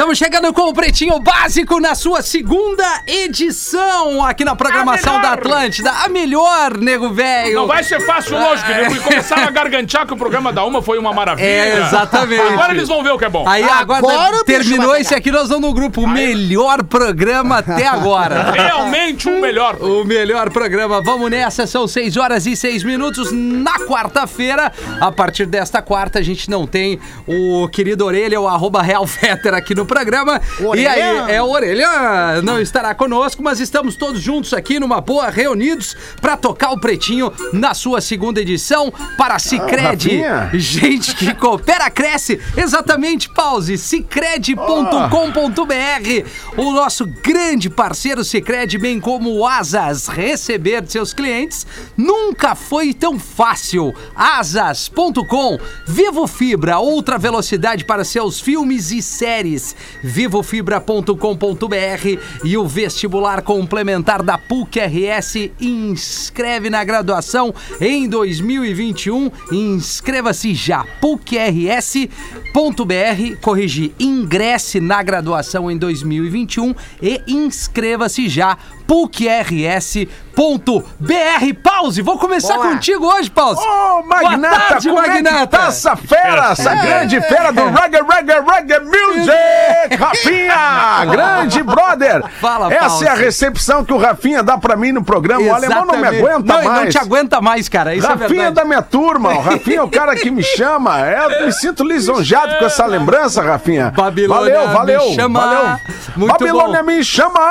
Estamos chegando com o Pretinho Básico na sua segunda edição aqui na programação da Atlântida. A melhor, nego velho. Não vai ser fácil, lógico. Nego, e começaram a gargantear que o programa da Uma foi uma maravilha. É, exatamente. Agora eles vão ver o que é bom. Aí agora terminou esse aqui, nós vamos no grupo. O melhor programa até agora. Realmente o melhor. O melhor programa. Vamos nessa, são 6 horas e 6 minutos na quarta-feira. A partir desta quarta, a gente não tem o querido Orelha, o @RealFetter aqui no programa. Orelha. E aí, o Orelha não estará conosco, mas estamos todos juntos aqui numa boa, reunidos para tocar o Pretinho na sua segunda edição para Sicredi. Gente que coopera, cresce. Exatamente, pause. Sicredi.com.br. O nosso grande parceiro Sicredi, bem como o Asas, receber de seus clientes nunca foi tão fácil. Asas.com. Vivo Fibra, outra velocidade para seus filmes e séries. Vivofibra.com.br e o vestibular complementar da PUC-RS. Inscreve na graduação em 2021. Inscreva-se já. PUC-RS.br. Corrigir. Ingresse na graduação em 2021 e inscreva-se já. PUC-RS.br. Pause, vou começar contigo hoje, Pause. Magnata, tarde, como Magnata. é que tá essa fera, essa grande fera do reggae music, Rafinha, grande brother. Fala, essa Pause. é a recepção que o Rafinha dá pra mim no programa. Exatamente. O alemão não me aguenta mais. Não te aguenta mais, cara, isso Rafinha é verdade. da minha turma, o Rafinha é o cara que me chama. Eu me sinto lisonjeado com essa lembrança, Rafinha. Babilônia valeu, me chama. valeu. Muito Babilônia bom. me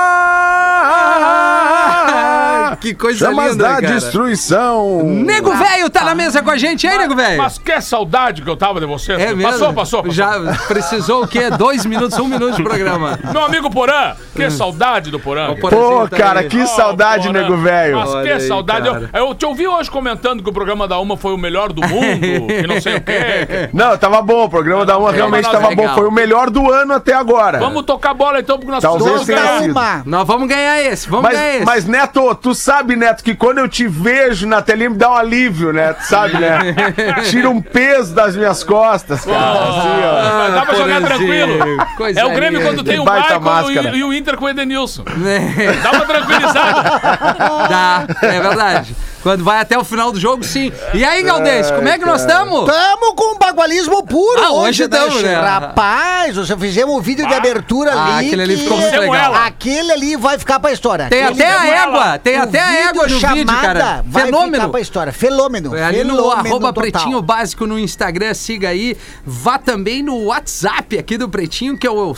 chama. Que coisa Chamas linda, da cara. destruição. Nego Velho tá na mesa com a gente aí, Nego Velho? Mas que saudade que eu tava de você. É mesmo? Passou. Já precisou o quê? 2 minutos, 1 minuto de programa. Meu amigo Porã, que saudade do Porã. O Porãzinho Pô, tá cara, aí. que saudade, Porã. nego velho. Mas Olha que aí, saudade. cara. Eu te ouvi hoje comentando que o programa da Uma foi o melhor do mundo, que não sei o quê. Não, tava bom, o programa da Uma realmente mas tava legal. bom. Foi o melhor do ano até agora. Vamos tocar bola então, porque nós Talvez precisamos tenha ganhar. sido. Nós vamos ganhar esse, Mas, Neto, tu sabe, Neto, que quando eu te vejo na telinha me dá um alívio, né? Tu sabe, né? Tira um peso das minhas costas, cara. Assim, ó. Mas dá pra jogar tranquilo. Coisa É o Grêmio linda. quando tem o Baita Michael máscara. e o Inter com o Edenilson. É. Dá uma tranquilizada. Dá, é verdade. Quando vai até o final do jogo, sim. E aí, Galdense, como é que nós estamos? Tamo com bagualismo puro Hoje tamo, né? Rapaz, você fizemos um vídeo de abertura ali. Aquele ali que- ficou muito legal. Aquele ali vai ficar pra história. Tem Aquele até a vídeo- égua, tem o até a égua no vídeo, cara. Vai ficar Fenômeno. pra história. Fenômeno. É ali no Fenômeno total. @Pretinho Básico no Instagram, siga aí. Vá também no WhatsApp aqui do Pretinho, que é o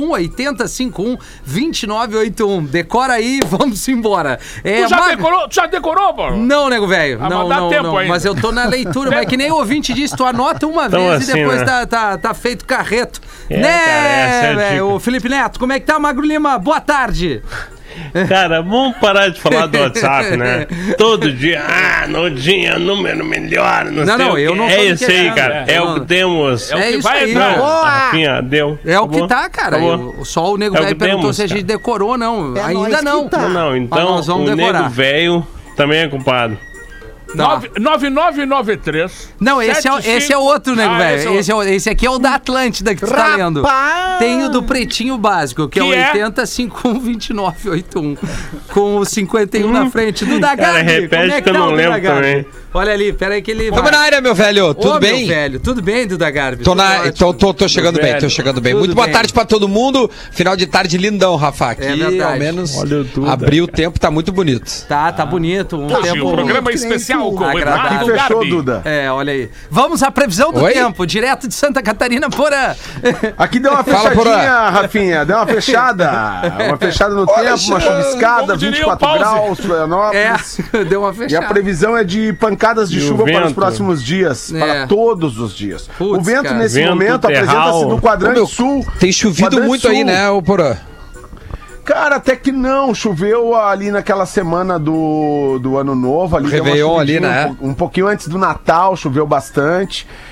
5180512981. Decora aí, vamos embora. Tu já decorou, pô? Não, nego velho. Ah, Não, mas dá não, tempo não. ainda. Mas eu tô na leitura, mas que nem o ouvinte disse, tu anota uma Então, vez e assim, depois né? tá feito carreto. É, cara, essa é a velho? dica. Ô, Felipe Neto, como é que tá, Magro Lima? Boa tarde. Cara, vamos parar de falar do WhatsApp, né? Todo dia, Nodinha, número melhor, não sei não, o quê. eu não tô É me isso aí, queixando, cara. é. É o que temos. É o que isso vai aí, entrar. velho. Boa! Rafinha, deu. É o que Acabou? tá, cara. Acabou. Só o nego É o velho que perguntou temos, se a gente cara. decorou, não. É Ainda nós não. que tá. Não, Mas então nós vamos o decorar. nego velho também é culpado. Tá. 9993. Não, esse é outro, nego velho. esse é outro. Esse aqui é o da Atlântida que tu tá lendo. Rapaz! Tem o do Pretinho Básico, que é Que é? 80512981. Com o 51 na frente. Do da Cara, Gabi. repete Como é que eu tá não o Duda lembro Garbi? também. Olha ali, peraí que ele Tamo na área, meu velho. Tudo Ô, bem? meu velho, tudo bem, Duda Garbi? Tô, na, Tudo ótimo. tô chegando bem, velho. tô chegando bem. Tudo Muito boa bem. tarde pra todo mundo. Final de tarde lindão, Rafa. Aqui, verdade. ao menos, Olha o Duda, abriu o tempo, tá muito bonito. Tá bonito. Um Hoje tempo... o programa que nem especial tu. com o Agradável. Eduardo Que fechou, Garbi. Duda. É, olha aí. Vamos à previsão do Oi? tempo, direto de Santa Catarina, Porã. Aqui deu uma Fala, fechadinha, Rafinha. Deu uma fechada. Uma fechada no tempo, uma chuviscada, como diria o 24 Pause. graus, É, Florianópolis. deu uma E a fechada. previsão é de pancadas de E o chuva para os vento? próximos dias, É. para todos os dias. Putz, o vento, cara. nesse Vento, momento, terral. apresenta-se no Ô, quadrante meu, sul. Tem chovido Quadrante muito aí, sul. né, ô Porã? Cara, até que não. Choveu ali naquela semana do Ano Novo. Ali deu uma Réveillon ali, chuvidinha, né? Um pouquinho antes do Natal, choveu bastante.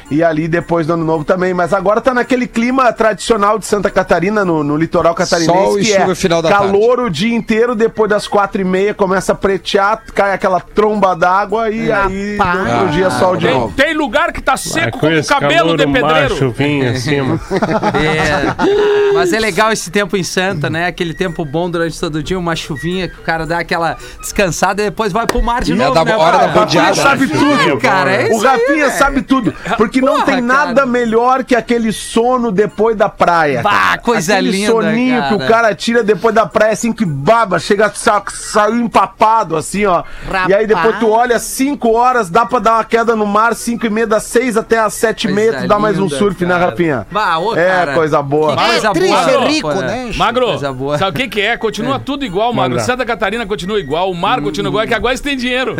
E ali depois do Ano Novo também. Mas agora tá naquele clima tradicional de Santa Catarina, no litoral catarinense, Sol e que chuva final da calor o dia inteiro, depois das 4h30 começa a pretear, cai aquela tromba d'água e aí no outro dia sol de novo. Tem lugar que tá seco Com como esse cabelo de calor, pedreiro. chuvinha acima. Mas é legal esse tempo em Santa, né? Aquele tempo bom durante todo o dia, uma chuvinha que o cara dá aquela descansada e depois vai pro mar de novo, da né? hora da O Rafinha bodeada. sabe tudo, Cara, é O isso aí, Rafinha velho. sabe tudo. Porque não Porra, tem nada cara. melhor que aquele sono depois da praia. Bah, coisa aquele linda, soninho que o cara tira depois da praia, assim, que baba, chega a sair empapado, assim, ó. E aí depois tu olha 5 horas, dá pra dar uma queda no mar, 5h30, das 6 até as 7h30, tu dá mais um linda, surf, né, cara. Rafinha? Bah, ô, cara. Coisa boa. Que coisa triste boa, ser pô, rico, né? Magro, Coisa boa. sabe o que que é? Continua tudo igual, Magro. Manda. Santa Catarina continua igual, o mar continua igual, é que agora eles têm dinheiro.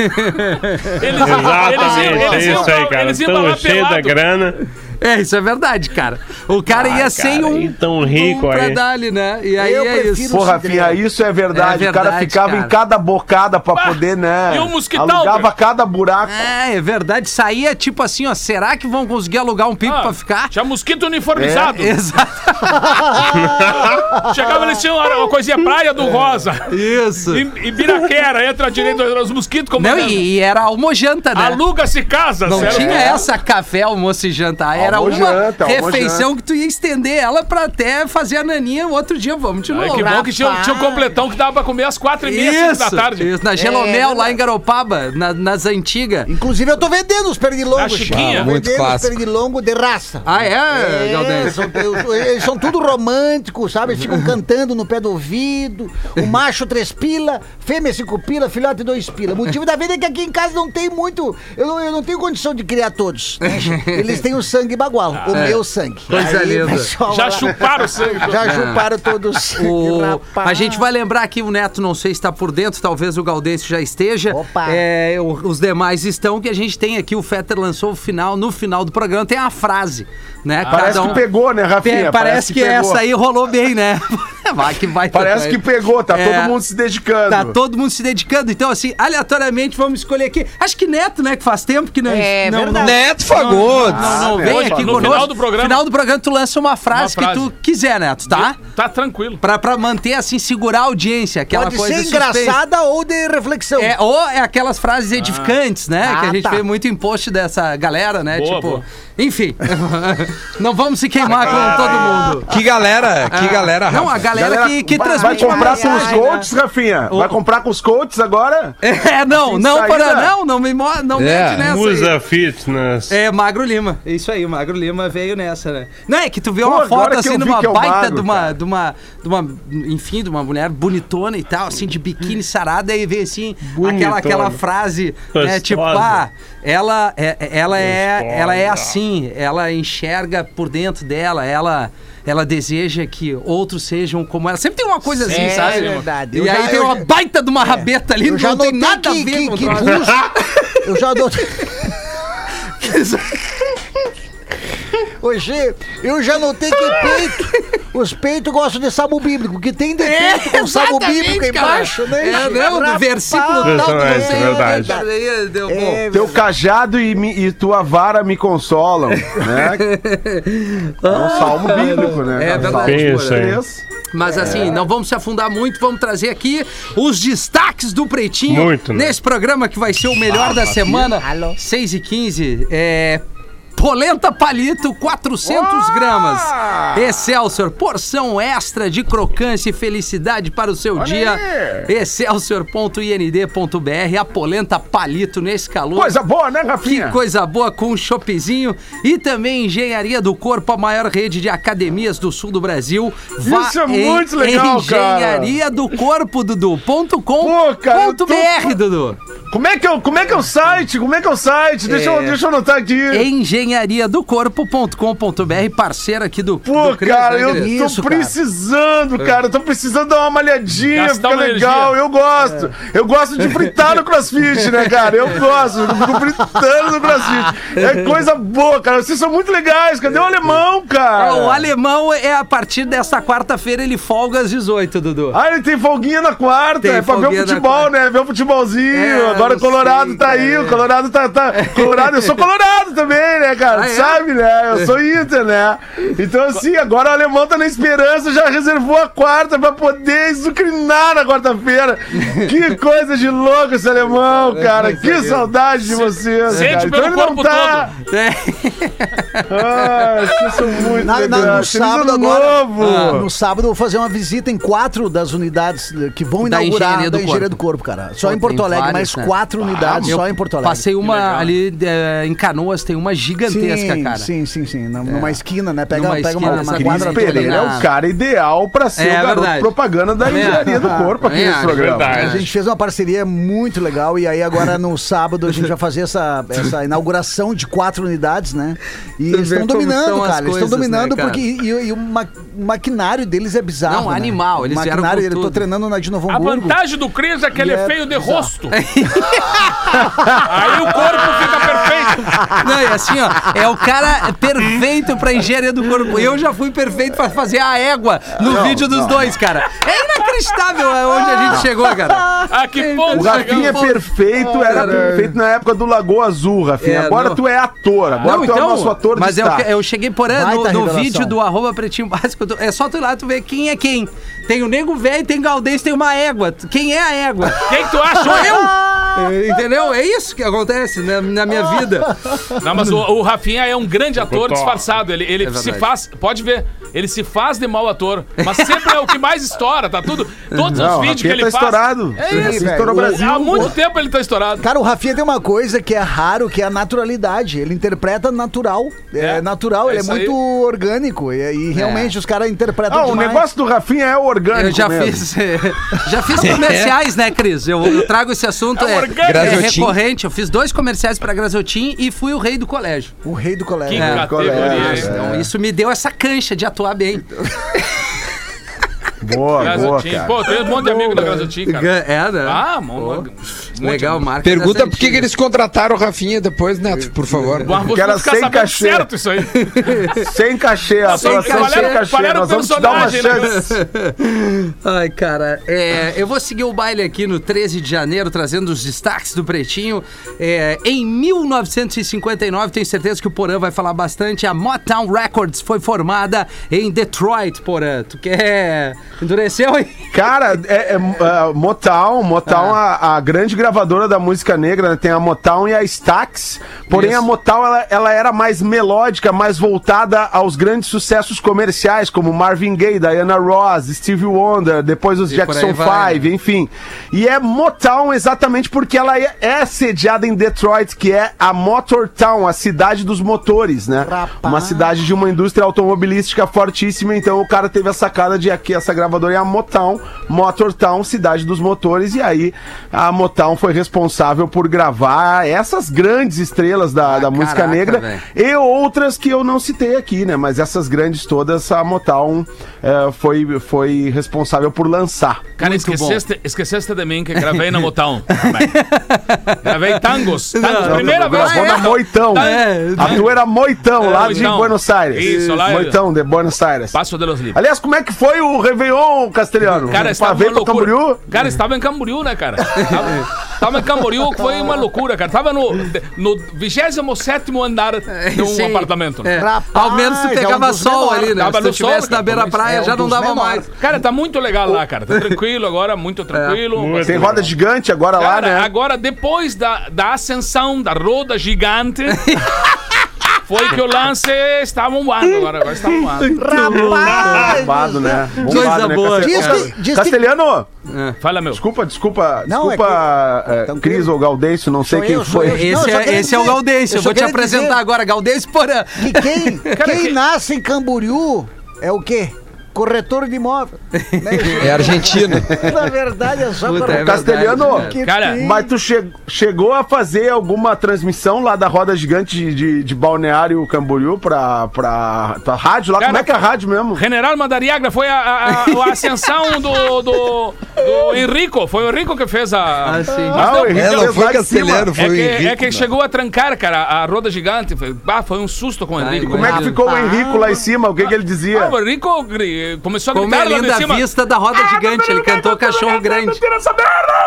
Eles Exatamente, é isso aí, cara. Eles iam pra lá Tão cheio da pelado. grana. É, isso é verdade, cara. O cara ia sem cara, um, e tão rico pra aí. dar ali, né? E aí Eu é prefiro isso. Pô, Rafinha, isso é verdade. É O cara verdade, ficava cara. em cada bocada pra Bah, poder, né? e o mosquital, alugava cara? cada buraco. É verdade. Saía tipo assim, ó. Será que vão conseguir alugar um pico pra ficar? Tinha mosquito uniformizado. Exato. Chegava, eles tinham uma coisinha Praia do Rosa. Isso. E Biraquera, entra à direita, os mosquitos como Não, e era almojanta, né? aluga-se casa. Não sério. tinha essa café, almoço e jantar. Era uma Almojanta, refeição que tu ia estender ela pra até fazer a naninha o outro dia. Vamos de Ai, novo. que bom que tinha um completão que dava pra comer às 4h30, 5 da tarde. Isso, na Gelomel, lá em Garopaba, nas antigas. Inclusive, eu tô vendendo os A pernilongos. Chiquinha. Tô Muito vendendo os clássico. pernilongos de raça. Ah, é, Galdêncio? Eles são tudo românticos, sabe? Eles ficam cantando no pé do ouvido. O macho 3 pila, fêmea 5 pila, filhote 2 pila. O motivo da venda é que aqui em casa não tem muito. Eu não tenho condição de criar todos. Né? Eles têm o sangue bagual, o meu sangue. Coisa linda. pessoal, Já vai lá, chuparam o sangue. Já chuparam todos. A gente vai lembrar aqui, o Neto não sei se está por dentro, talvez o Gaudêncio já esteja. Opa. Os demais estão, que a gente tem aqui, o Fetter lançou no final do programa, tem a frase, né? Parece que pegou, né, Rafinha? Parece que pegou. essa aí rolou bem, né? Vai que vai. Parece que pegou, tá todo mundo se dedicando. Tá todo mundo se dedicando. Então, assim, aleatoriamente, vamos escolher aqui. Acho que Neto, né? Que faz tempo que não. Verdade. Neto Fagundes. Não vem Hoje, aqui no conosco. final do programa. Final do programa, tu lança uma frase que tu quiser, Neto, tá? Tá tranquilo. Pra manter, assim, segurar a audiência. Aquela Pode coisa ser suspense. engraçada ou de reflexão. Ou é aquelas frases edificantes, né? Que a gente tá. vê muito em post dessa galera, né? Boa, tipo, boa. enfim. Não vamos se queimar com todo mundo. Que galera, Não, Rafa. a galera que vai transmite uma comprar com os mensagem, coaches, Rafinha? Vai comprar com os coaches agora? não Assim, saída. não me não mete nessa aí. Usa fitness. É, Magro Lima. Isso aí, o Magro Lima veio nessa, né? Não, é que tu vê Pô, uma agora foto que assim eu vi numa que é o baita Magro, enfim, de uma mulher bonitona e tal, assim, de biquíni sarada, e vê assim, Bonitona. aquela frase, né, Gostosa. tipo, ela é assim, ela enxerga por dentro dela, ela deseja que outros sejam como ela. Sempre tem uma coisa assim, sabe? É verdade. E aí tem uma baita de uma rabeta ali, Eu já não tem notei nada a ver com o troço. Eu já notei. Hoje, eu já notei que os peitos gostam de salmo bíblico, que tem de peito com salmo bíblico embaixo, né? Não, do Rapaz. versículo tal, do Verdade, verdade. Deu bom. Teu cajado e tua vara me consolam, né? É um salmo bíblico, né? É verdade. Isso aí. Mas assim, não vamos se afundar muito, vamos trazer aqui os destaques do Pretinho. Muito, né? Nesse programa que vai ser o melhor da semana. Alô. 6h15. Polenta palito, 400 gramas. Excelsior, porção extra de crocância e felicidade para o seu dia. Excelsior.ind.br, a polenta palito nesse calor. Coisa boa, né, Que Rafinha? coisa boa com um choppzinho. E também Engenharia do Corpo, a maior rede de academias do sul do Brasil. Isso é muito legal, cara. Engenharia do Corpo, Dudu.com.br, Pô, cara, eu tô- Dudu. Como é que é o site? Deixa eu anotar aqui. Engenhariadocorpo.com.br, parceiro aqui do Pô, Cris, cara, né, eu Cris? tô Isso, cara. precisando, cara. Eu tô precisando dar uma malhadinha, Gastar fica uma legal. energia. Eu gosto. Eu gosto de fritar no crossfit, né, cara? Eu gosto. Eu fico fritando no crossfit. É coisa boa, cara. Vocês são muito legais. Cadê o alemão, cara? O alemão é a partir desta quarta-feira, ele folga às 18, Dudu. Ah, ele tem folguinha na quarta. Tem É pra ver o folguinha na futebol, quarta. né? Ver o futebolzinho. agora o Colorado tá aí, o Colorado tá... Colorado, eu sou Colorado também, né, cara? Ah, é? Sabe, né? Eu sou Inter, né? Então, assim, agora o alemão tá na esperança, já reservou a quarta pra poder sucrinar na quarta-feira. Que coisa de louco esse alemão, cara. Que saudade de vocês, Sente cara. pelo Então ele não corpo tá... Ah, vocês são muito No legais. sábado Feliz ano agora, novo. no sábado eu vou fazer uma visita em 4 das unidades que vão Da inaugurar Engenharia do da Engenharia Corpo. do Corpo, cara. Só Pô, em Porto tem Alegre, várias, mais né? 4 unidades só em Porto Alegre. Passei uma ali em Canoas, tem uma gigantesca, cara. Sim. Numa esquina, né? Pega Numa uma esquina, uma essa Cris quadra toda. Pereira é o cara ideal pra ser É o garoto verdade. propaganda da Engenharia do Corpo aqui nesse programa. verdade. A gente fez uma parceria muito legal e aí agora no sábado a gente vai fazer essa inauguração de 4 unidades, né? E eles vê estão como dominando, são as cara. Eles estão coisas, dominando né, cara? porque o maquinário deles é bizarro. Não, né? animal, eles o vieram maquinário, com eu tô tudo. treinando na de Novo A Hamburgo. vantagem do Cris é que ele E é é feio de bizarro. rosto. Aí o corpo fica perfeito. Não, e assim, ó, é o cara perfeito pra engenharia do corpo. Eu já fui perfeito pra fazer a égua no vídeo dos dois, cara. É inacreditável onde a gente chegou, cara. A que ponto O Rafinha é chegamos? perfeito, era perfeito na época do Lagoa Azul, Rafinha. É, Agora não. tu é ator, agora tu é o nosso ator mas de destaque. eu cheguei por ano Baita no revelação. vídeo do @pretinho básico. É só tu ir lá tu ver quem é quem. Tem o Nego Velho, tem o Galdês, tem uma égua. Quem é a égua? Quem que tu acha? Sou eu! Entendeu? É isso que acontece na minha vida. Não, mas o Rafinha é um grande ator disfarçado. Ele se verdade. faz, pode ver, ele se faz de mau ator, mas sempre é o que mais estoura, tá tudo. Todos Não, os o vídeos que Rafinha ele tá faz. estourado. É Sim, isso. estourou o Brasil. Há muito tempo ele tá estourado. Cara, o Rafinha tem uma coisa que é raro, que é a naturalidade. Ele interpreta natural. É natural, ele é isso muito aí. orgânico. E realmente os caras interpretam O demais. negócio do Rafinha é orgânico Eu já mesmo. já fiz comerciais, né, Cris? Eu trago esse assunto, é Graziotin. recorrente. Eu fiz 2 comerciais pra Graziotin e fui o rei do colégio. O rei do colégio. Que É, categoria, colega, hein? Então, isso me deu essa cancha de atuar bem. Boa, boa, Graziotin. cara. Pô, tem um monte de amigo da Graziotin, cara. É, né? Ah, Legal, marca. Pergunta dessa por que antiga. eles contrataram o Rafinha depois, Neto, por favor. Que era sem cachê. certo isso aí. Sem cachê, a Sem atuação cachê. sem cachê. Qual era o Nós vamos te dar uma personagem, né? chance. Ai, cara, eu vou seguir o baile aqui no 13 de janeiro, trazendo os destaques do Pretinho. Em 1959, tenho certeza que o Porã vai falar bastante, a Motown Records foi formada em Detroit, Porã. Tu quer endureceu aí? Cara, Motown, a grande gravadora da música negra, né? Tem a Motown e a Stax. Porém, Isso. a Motown, ela era mais melódica, mais voltada aos grandes sucessos comerciais, como Marvin Gaye, Diana Ross, Stevie Wonder, depois os E por Jackson aí vai, 5, enfim. E é Motown exatamente porque ela é sediada em Detroit, que é a Motortown, a cidade dos motores, né? Rapaz. Uma cidade de uma indústria automobilística fortíssima, então o cara teve a sacada de que essa gravadora é a Motortown, cidade dos motores, e aí a Motown foi responsável por gravar essas grandes estrelas da música caraca, negra véio. e outras que eu não citei aqui, né? Mas essas grandes todas, a Motown foi responsável por lançar. Cara, Muito esqueceste de mim que gravei na Motown. Gravei tangos. Não, Primeira vez. Gravou na Moitão. É, A tua era Moitão, lá de Moitão. Buenos Aires. Isso, lá. Moitão de Buenos Aires. Passo de los Libres. Aliás, como é que foi o Réveillon, Castelhano? Cara, estava Veio uma pra loucura. Camboriú? Cara, estava em Camboriú, né, cara? Tava em Camboriú, que foi uma loucura, cara. Tava no 27º andar de um Sim. apartamento. É. Rapaz, Ao menos tu é um pegava dos sol menores. ali, né? Tava Se tu no sol, estivesse na cara, beira-praia, é um já não dos dava menores. mais. Cara, tá muito legal lá, cara. Tá tranquilo agora, muito tranquilo. Tem roda gigante agora lá, Cara, né? agora depois da ascensão da roda gigante, foi que o lance estava voando agora está voando. Rapaz! Bombado, né? Coisa Bombado, né? boa. Diz que- Castelhano, Fala, meu. desculpa, Não, Cris tranquilo. ou Gaudêncio, não sei Sou quem eu, sou foi. eu. Não, eu só queria Esse é o dizer- Gaudêncio, eu eu só vou te queria apresentar dizer- agora, Gaudêncio Porã. Que quem nasce em Camboriú é o quê? Corretor de imóvel. É argentino. Na verdade, é só Puta, corretor. é Castelhano, verdade, Cara, mas tu chegou a fazer alguma transmissão lá da roda gigante de Balneário Camboriú pra rádio lá? Cara, Como é que é a rádio mesmo? General Madariaga foi a ascensão do Henrico. Foi o Henrico que fez a. Ah, sim. Ah, o Henrique Não fez foi lá de Castelhano, cima. foi o É Henrique. que chegou a trancar, cara, a roda gigante. Foi um susto com o Ai, Henrico. Como é que ficou o Henrico lá em cima? O que ele dizia? O Henrico ele começou a Como gritar é lá de linda a cima. vista da roda gigante. Ele cantou Cachorro Grande. Tira essa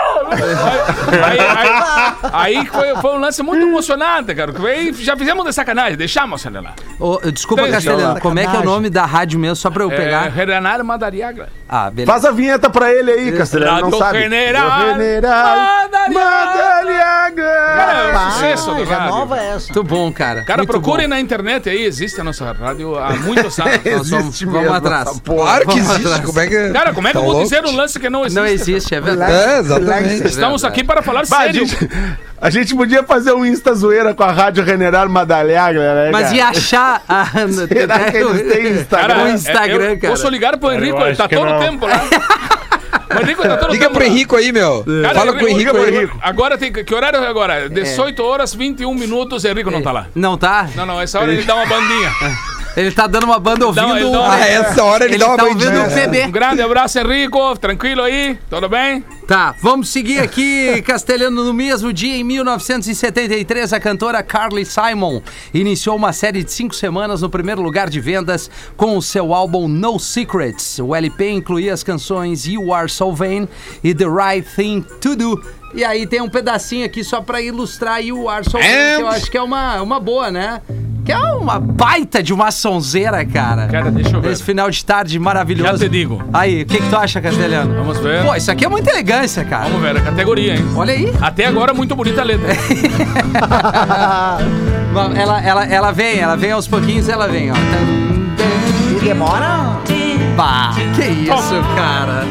merda! Aí foi um lance muito emocionante, cara. Aí já fizemos de sacanagem, deixamos ele lá. Desculpa, Três Castelhano, dias. como é que é o nome da rádio mesmo, só pra eu pegar? Renato Madariaga. Ah, beleza. Faz a vinheta pra ele aí, Castelhano, não sabe. General Madariaga. Cara, é um sucesso do já rádio. nova essa. Muito bom, cara. Cara, Muito procurem bom. na internet aí, existe a nossa rádio há muitos anos. Nós vamos Existe vamos mesmo atrás. essa porra. Claro que Vamos existe. atrás. Como é que. Cara, como é que eu Tá vou louco? dizer um lance que não existe? Não existe, é verdade. É, exatamente. Estamos aqui para falar Bah, sério. a gente podia fazer um Insta zoeira com a rádio General Madariaga, né? Mas cara? ia achar... Será que eles têm Instagram? o Instagram, eu cara. posso ligar pro Henrico, eu ele tá acho que todo o não. tempo lá. O Henrico tá todo o Liga tempo pro lá. Henrico aí, meu. Cara, Fala com o Henrico liga pro aí. Henrico. Agora tem... Que horário é agora? 18 horas, 21 minutos, Henrico não tá lá. Não tá? Não, essa hora ele dá uma bandinha. Ele tá dando uma banda ouvindo... ele dá uma- Ah, essa hora ele dá uma tá ouvindo bandinha. o Um PB. grande abraço, Henrico. Tranquilo aí? Tudo bem? Tá, vamos seguir aqui, Castelhano. No mesmo dia, em 1973, a cantora Carly Simon iniciou uma série de 5 semanas no primeiro lugar de vendas com o seu álbum No Secrets. O LP incluía as canções You Are So Vain e The Right Thing To Do. E aí tem um pedacinho aqui só pra ilustrar You Are So Vain, que eu acho que é uma boa, né? Que é uma baita de uma sonzeira, cara. Cara, deixa eu ver. Esse final de tarde maravilhoso. Já te digo. Aí, o que tu acha, Castelhano? Vamos ver. Pô, isso aqui é muita elegância, cara. Vamos ver a categoria, hein? Olha aí. Até agora, muito bonita a letra. Ela vem aos pouquinhos, ela vem, ó. E demora? Bah, que isso, cara.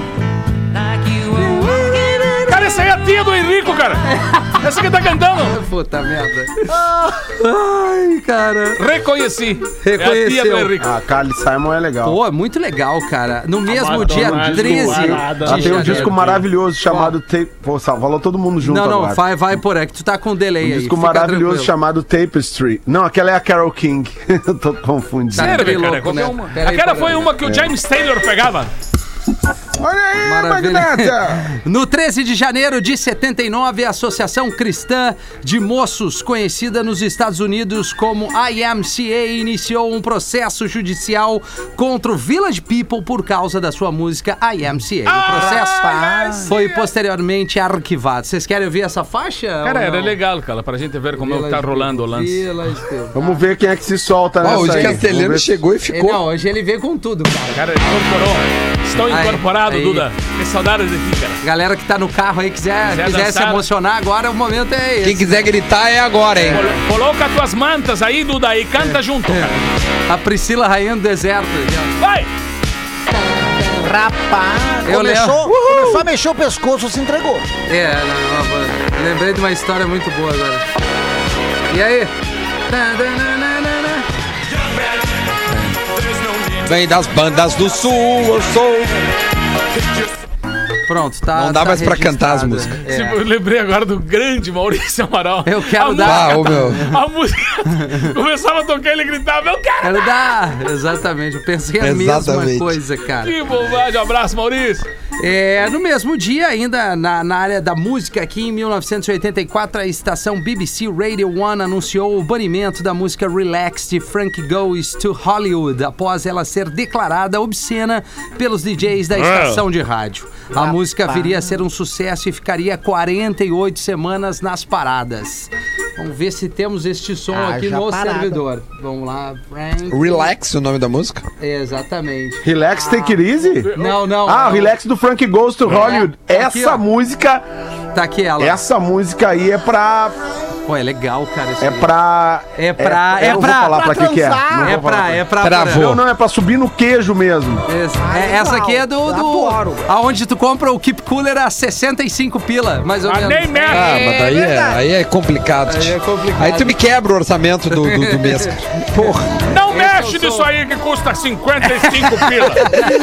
Cara, essa é a tia do Henrico, cara. Essa que tá cantando. Puta merda. Ai, cara. Reconheci. É a tia Reconheceu. do Henrico. A Carly Simon é legal. Pô, é muito legal, cara. No mesmo Madonna, dia disco 13 parada. Ela de tem um janeiro. disco maravilhoso chamado Tape... Pô, falou todo mundo junto Não, agora. vai por aí, que tu tá com delay Um aí. disco fica maravilhoso tranquilo. chamado Tapestry. Não, aquela é a Carole King. Eu tô confundindo. Tá Sério, bem cara, louco, qualquer né? uma. Pera aí, Aquela pera foi aí. uma que o James Taylor pegava. Olha aí, Maravilha. Magnata! No 13 de janeiro de 79, a Associação Cristã de Moços, conhecida nos Estados Unidos como IMCA, iniciou um processo judicial contra o Village People por causa da sua música IMCA. O processo foi posteriormente arquivado. Vocês querem ouvir essa faixa? Cara, ou era não? legal, cara, pra gente ver como Village tá rolando o People, lance. Village People. Vamos ver quem é que se solta nessa Ó, o aí. Castelhano Vamos ver. chegou e ficou. Não, hoje ele veio com tudo, cara. Cara, incorporou. Estou Aí, incorporado, aí. Duda. Que saudades de ti, cara. Galera que tá no carro aí, quiser se dançar. emocionar agora, o momento é esse. Quem quiser gritar é agora, hein? Coloca tuas mantas aí, Duda, e canta junto, cara. A Priscila Rainha do Deserto. Vai! Rapaz, Eu começou a mexer o pescoço, se entregou. Lembrei de uma história muito boa agora. E aí? Vem das bandas do sul, eu sou. Pronto, tá. Não dá tá mais pra cantar as registrado. músicas. É. Tipo, eu lembrei agora do grande Maurício Amaral. Eu quero A dar. Ah, ô meu. A música começava a tocar e ele gritava, eu quero! Quero dar. Exatamente. Eu pensei a mesma Exatamente. coisa, cara. Que bobagem, abraço, Maurício! No mesmo dia, ainda na área da música, aqui em 1984, a estação BBC Radio 1 anunciou o banimento da música Relax de Frank Goes to Hollywood, após ela ser declarada obscena pelos DJs da estação de rádio. A música viria a ser um sucesso e ficaria 48 semanas nas paradas. Vamos ver se temos este som aqui Haja no parada. servidor. Vamos lá, Frank. Relax, o nome da música? Exatamente. Relax, Take It Easy? Não. Ah, o Relax do Frank Goes to Hollywood. Aqui, Essa ó. música, Tá aqui ela. essa música aí é pra... Pô, é legal, cara. Isso É aí. pra... É não pra- vou falar pra que que é. transar. Não vou É falar pra. É pra. Travou. Não, é pra subir no queijo mesmo. Essa aqui é do. Adoro. Aonde tu compra o Keep Cooler a 65 pila, mais ou Ah, menos. nem mexe! Ah, mas aí é complicado. Aí é tio. complicado. Aí tu me quebra o orçamento do mês, cara. Porra. Não Esse é mexe o nisso som. aí que custa 55 pila!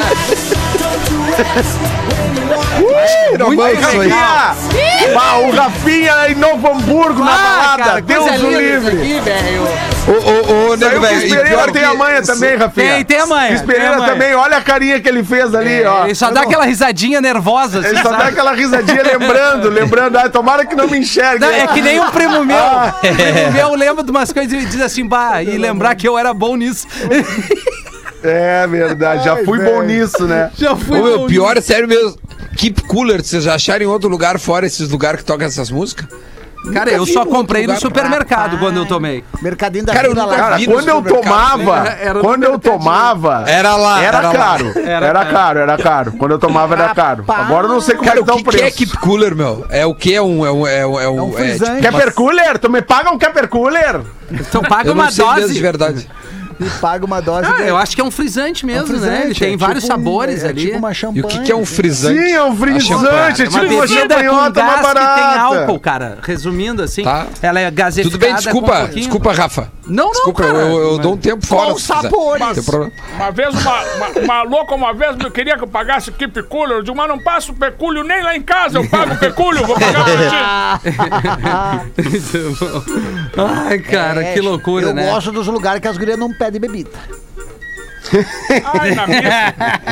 Não Muito manda isso aí. Ah, o Rafinha em Novo Hamburgo na balada. cara, Deus coisa o linda isso livre. aqui, velho. Ô, nego, Saiu que o velho. e Pereira pior tem que- a manha também, Rafinha. Tem a manha, Cris Pereira tem a manha. também, olha a carinha que ele fez ali, ó. Ele só dá aquela risadinha nervosa, assim, Ele só dá sabe? aquela risadinha lembrando. Ah, tomara que não me enxergue. Não, é que nem um primo meu. Ah. Um primo meu lembra de umas coisas e diz assim, bah, e lembrar que eu era bom nisso. É verdade, já fui bom nisso, né? Já fui. Ô, meu, pior é sério mesmo. Keep Cooler, vocês já acharam em outro lugar fora esses lugares que tocam essas músicas? Cara, eu só comprei no supermercado quando eu tomei. Mercadinho da Cara, eu Vila nunca lá. Cara, vi quando eu tomava, Era quando eu tomava, Era lá. era lá. caro. Era caro. Quando eu tomava era caro. Agora eu não sei como Cara, é que tá o o que é preço. Keep Cooler, meu? É o que? É um frisante. Kepper Cooler? Tu me paga um Kepper Cooler? Então paga eu uma não sei mesmo dose. de verdade. E paga uma dose. Eu acho que é um frisante mesmo, frisante, né? Ele tem vários sabores ali. Tipo uma E champanhe. o que é um frisante? Sim, é um frisante. É Uma tipo uma bebida com champanhota mais gás que tem barata. álcool, cara. Resumindo assim, Tá. ela é gaseificada. Tudo bem, com um desculpa. pouquinho- Desculpa, Rafa. Não, Desculpa, cara. eu dou um tempo fora. Com se quiser. sabores. Não tem problema. Uma vez, uma louca uma vez me queria que eu pagasse Keep Cooler. Eu digo, mas não passo pecúlio nem lá em casa. Eu pago pecúlio, vou pagar pra ti. Ai, cara, que loucura, eu né? Eu gosto dos lugares que as gurias não pedem bebida. Ai, na missa.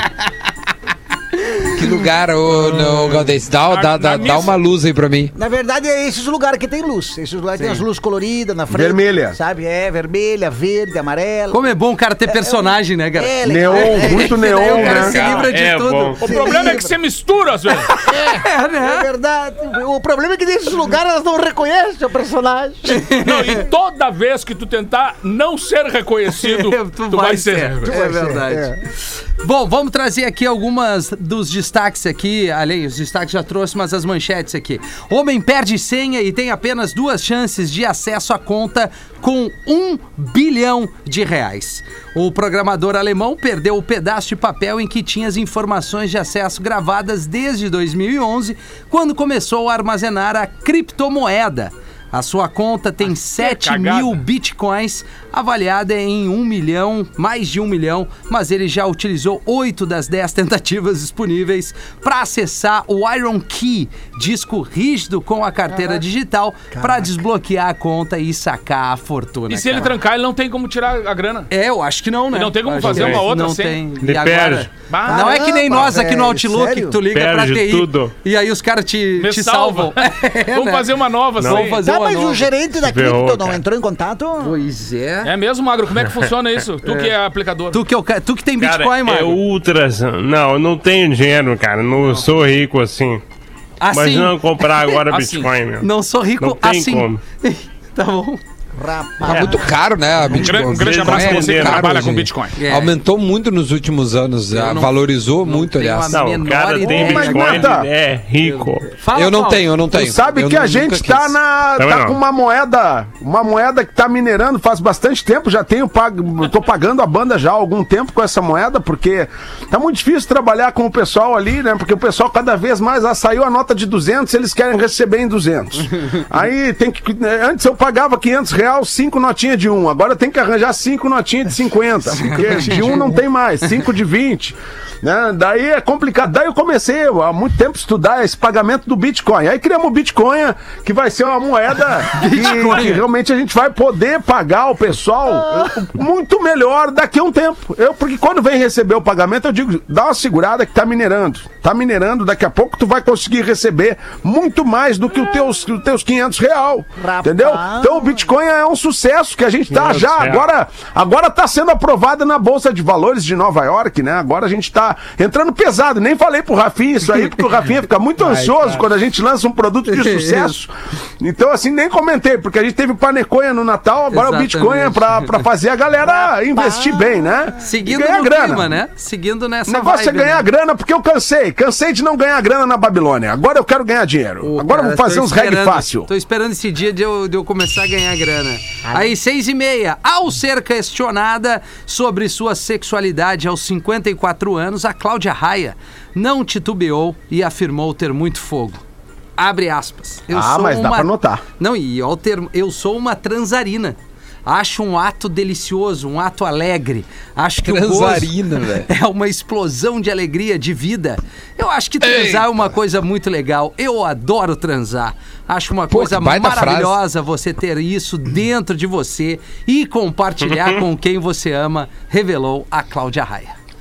Que lugar, ô Galdês? Dá uma luz aí pra mim. Na verdade, é esses lugares que tem luz. Esses lugares que tem as luzes coloridas na frente. Vermelha. Sabe? É, vermelha, verde, amarela. Como é bom o cara ter personagem, né, cara? legal. Neon, muito Daí neon, o cara né? se livra de É tudo. bom. O problema é que você mistura, às vezes. É verdade. O problema é que nesses lugares elas não reconhecem o personagem. Não, e toda vez que tu tentar não ser reconhecido, tu vai ser. É verdade. Bom, vamos trazer aqui algumas dos destaques aqui. Além, os destaques já trouxe, mas as manchetes aqui. Homem perde senha e tem apenas 2 chances de acesso à conta com R$1 bilhão. O programador alemão perdeu o pedaço de papel em que tinha as informações de acesso gravadas desde 2011, quando começou a armazenar a criptomoeda. A sua conta tem 7 mil bitcoins, avaliada em 1 milhão, mais de 1 milhão, mas ele já utilizou 8 das 10 tentativas disponíveis para acessar o Iron Key, disco rígido com a carteira digital, para desbloquear a conta e sacar a fortuna. E se ele trancar, ele não tem como tirar a grana. É, eu acho que não, né? Não tem como Acho fazer que uma outra não senha. tem. Ele E agora? perde. Bah, Não é que nem nós aqui no velho, Outlook, sério? que tu liga pra Perde TI tudo. e aí os caras te salvam. Vamos fazer uma nova Não. senha. fazer Tá, uma mas nova. o gerente da Ferrou, cripto não cara. entrou em contato? Pois é. É mesmo, Magro? Como é que funciona isso? Tu que é aplicador. Tu que tem Cara, Bitcoin, mano. é ultras. Não, eu não tenho dinheiro, cara. Não sou rico assim. Assim, Imagina eu comprar agora Assim. Bitcoin, meu. não sou rico Não tem assim. como. Tá bom. Tá Rapaz. muito caro, né? A Bitcoin. Um grande abraço pra você que Caro, trabalha com gente. Bitcoin. É. Aumentou muito nos últimos anos. não- Valorizou muito, tenho aliás. a Não, o menor cara ideia. tem Ô, Bitcoin, Magnata. ele é rico. Fala, Eu não Paulo. tenho. Tu sabe Eu que a nunca gente quis. tá Também não. com uma moeda que tá minerando faz bastante tempo, já tô pagando a banda já há algum tempo com essa moeda, porque tá muito difícil trabalhar com o pessoal ali, né? Porque o pessoal cada vez mais saiu a nota de 200, eles querem receber em 200. Aí tem que, antes eu pagava R$500, 5 notinhas de 1, agora tem que arranjar 5 notinhas de 50, porque de 1 não tem mais, 5 de 20. Né? Daí é complicado. Daí eu comecei há muito tempo a estudar esse pagamento do Bitcoin. Aí criamos o Bitcoin, que vai ser uma moeda que realmente a gente vai poder pagar o pessoal muito melhor daqui a um tempo. Porque quando vem receber o pagamento, eu digo, dá uma segurada que tá minerando. Tá minerando, daqui a pouco tu vai conseguir receber muito mais do que os teus R$500. Entendeu? Então o Bitcoin é um sucesso que a gente tá já. Agora tá sendo aprovado na Bolsa de Valores de Nova York, né? Agora a gente tá entrando pesado. Nem falei pro Rafinha isso aí, porque o Rafinha fica muito ansioso quando a gente lança um produto de sucesso. Então, assim, nem comentei, porque a gente teve paneconha no Natal, agora Exatamente. o Bitcoin é pra fazer a galera investir bem, né? Seguindo E ganhar no grana. clima, né? Seguindo O nessa negócio vibe, é ganhar né? grana, porque eu cansei de não ganhar grana na Babilônia. Agora eu quero ganhar dinheiro. Agora eu vou fazer Tô uns reggae esperando- fácil. Tô esperando esse dia de eu começar a ganhar grana. Aí, 6h30. Ao ser questionada sobre sua sexualidade aos 54 anos, a Cláudia Raia não titubeou e afirmou ter muito fogo. Abre aspas. Mas dá pra notar. Não, e ao termo, eu sou uma transarina. Acho um ato delicioso, um ato alegre. Acho que Transarina, o gozo velho. é uma explosão de alegria, de vida. Eu acho que transar é uma coisa muito legal. Eu adoro transar. Acho uma coisa que baita maravilhosa você ter isso dentro de você e compartilhar com quem você ama, revelou a Cláudia Raia.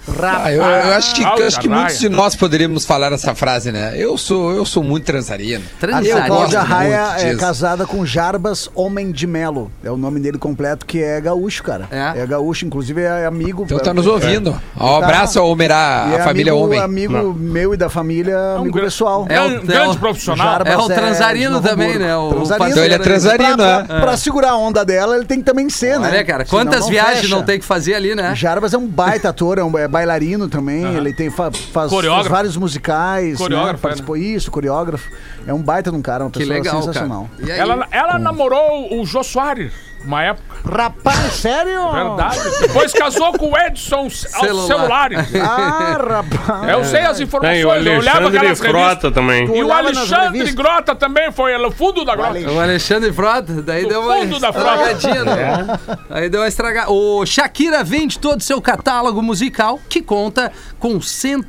Eu acho que muitos de nós poderíamos falar essa frase, né? Eu sou muito transarino. A Cláudia Raia muito é disso. casada com Jarbas Homem de Melo. É o nome dele completo, que é gaúcho, cara. É gaúcho, inclusive é amigo. Então tá nos ouvindo. Um abraço ao Homerá, a família Homem. Amigo meu e da família, amigo pessoal. É um grande profissional. Jarbas É o transarino também, né? Então ele é transarino, né? Pra segurar a onda dela, ele tem que também ser, né? Olha, cara, Senão quantas não viagens fecha. não tem que fazer ali, né? Jarbas é um baita ator, é bailarino também. Ele tem, faz vários musicais. Coreógrafo, né? Participou isso, coreógrafo. É um baita de um cara, uma Que pessoa legal, sensacional. cara. E aí? Ela namorou o Jô Soares, uma época. Rapaz, sério? Verdade. Depois casou com o Edson aos celulares. Ah, rapaz. Eu sei as informações, Tem o eu olhava Alexandre aquelas revistas. Frota também. E o olhava nas Alexandre revistas? Grota também foi no fundo da grota. O Alexandre Frota, daí No deu uma fundo da frota. estragadinha, né? Aí deu uma estragada. O Shakira vende todo o seu catálogo musical, que conta com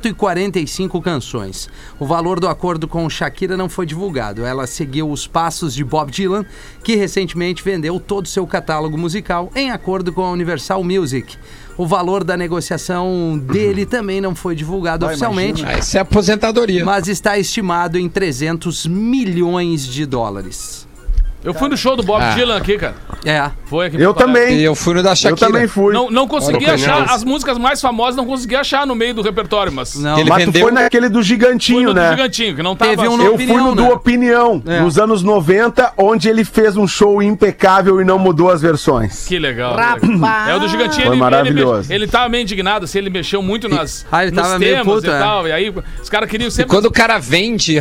145 canções. O valor do acordo com Shakira não foi divulgado. Ela seguiu os passos de Bob Dylan, que recentemente vendeu todo o seu catálogo musical em acordo com a Universal Music. O valor da negociação dele também não foi divulgado oficialmente, Isso é aposentadoria. mas está estimado em 300 milhões de dólares. Eu fui no show do Bob Dylan aqui, cara. É. Foi aqui. Eu também. E eu fui no da Eu Shakira. também fui. Não consegui Olha, achar opiniões. as músicas mais famosas, não consegui achar no meio do repertório, mas Não, Ele Mas tu vendeu- foi naquele do fui Gigantinho, no do né? Gigantinho, que não tava... Teve um Eu Opinião, fui no né? do Opinião, É. nos anos 90, onde ele fez um show impecável e não mudou as versões. Que legal. Rapaz. É o do Gigantinho, Foi ele, maravilhoso. ele tava meio indignado, assim, ele mexeu muito nos ele tava meio temas puto, e é. tal. E aí os caras queriam E sempre... quando o cara vende,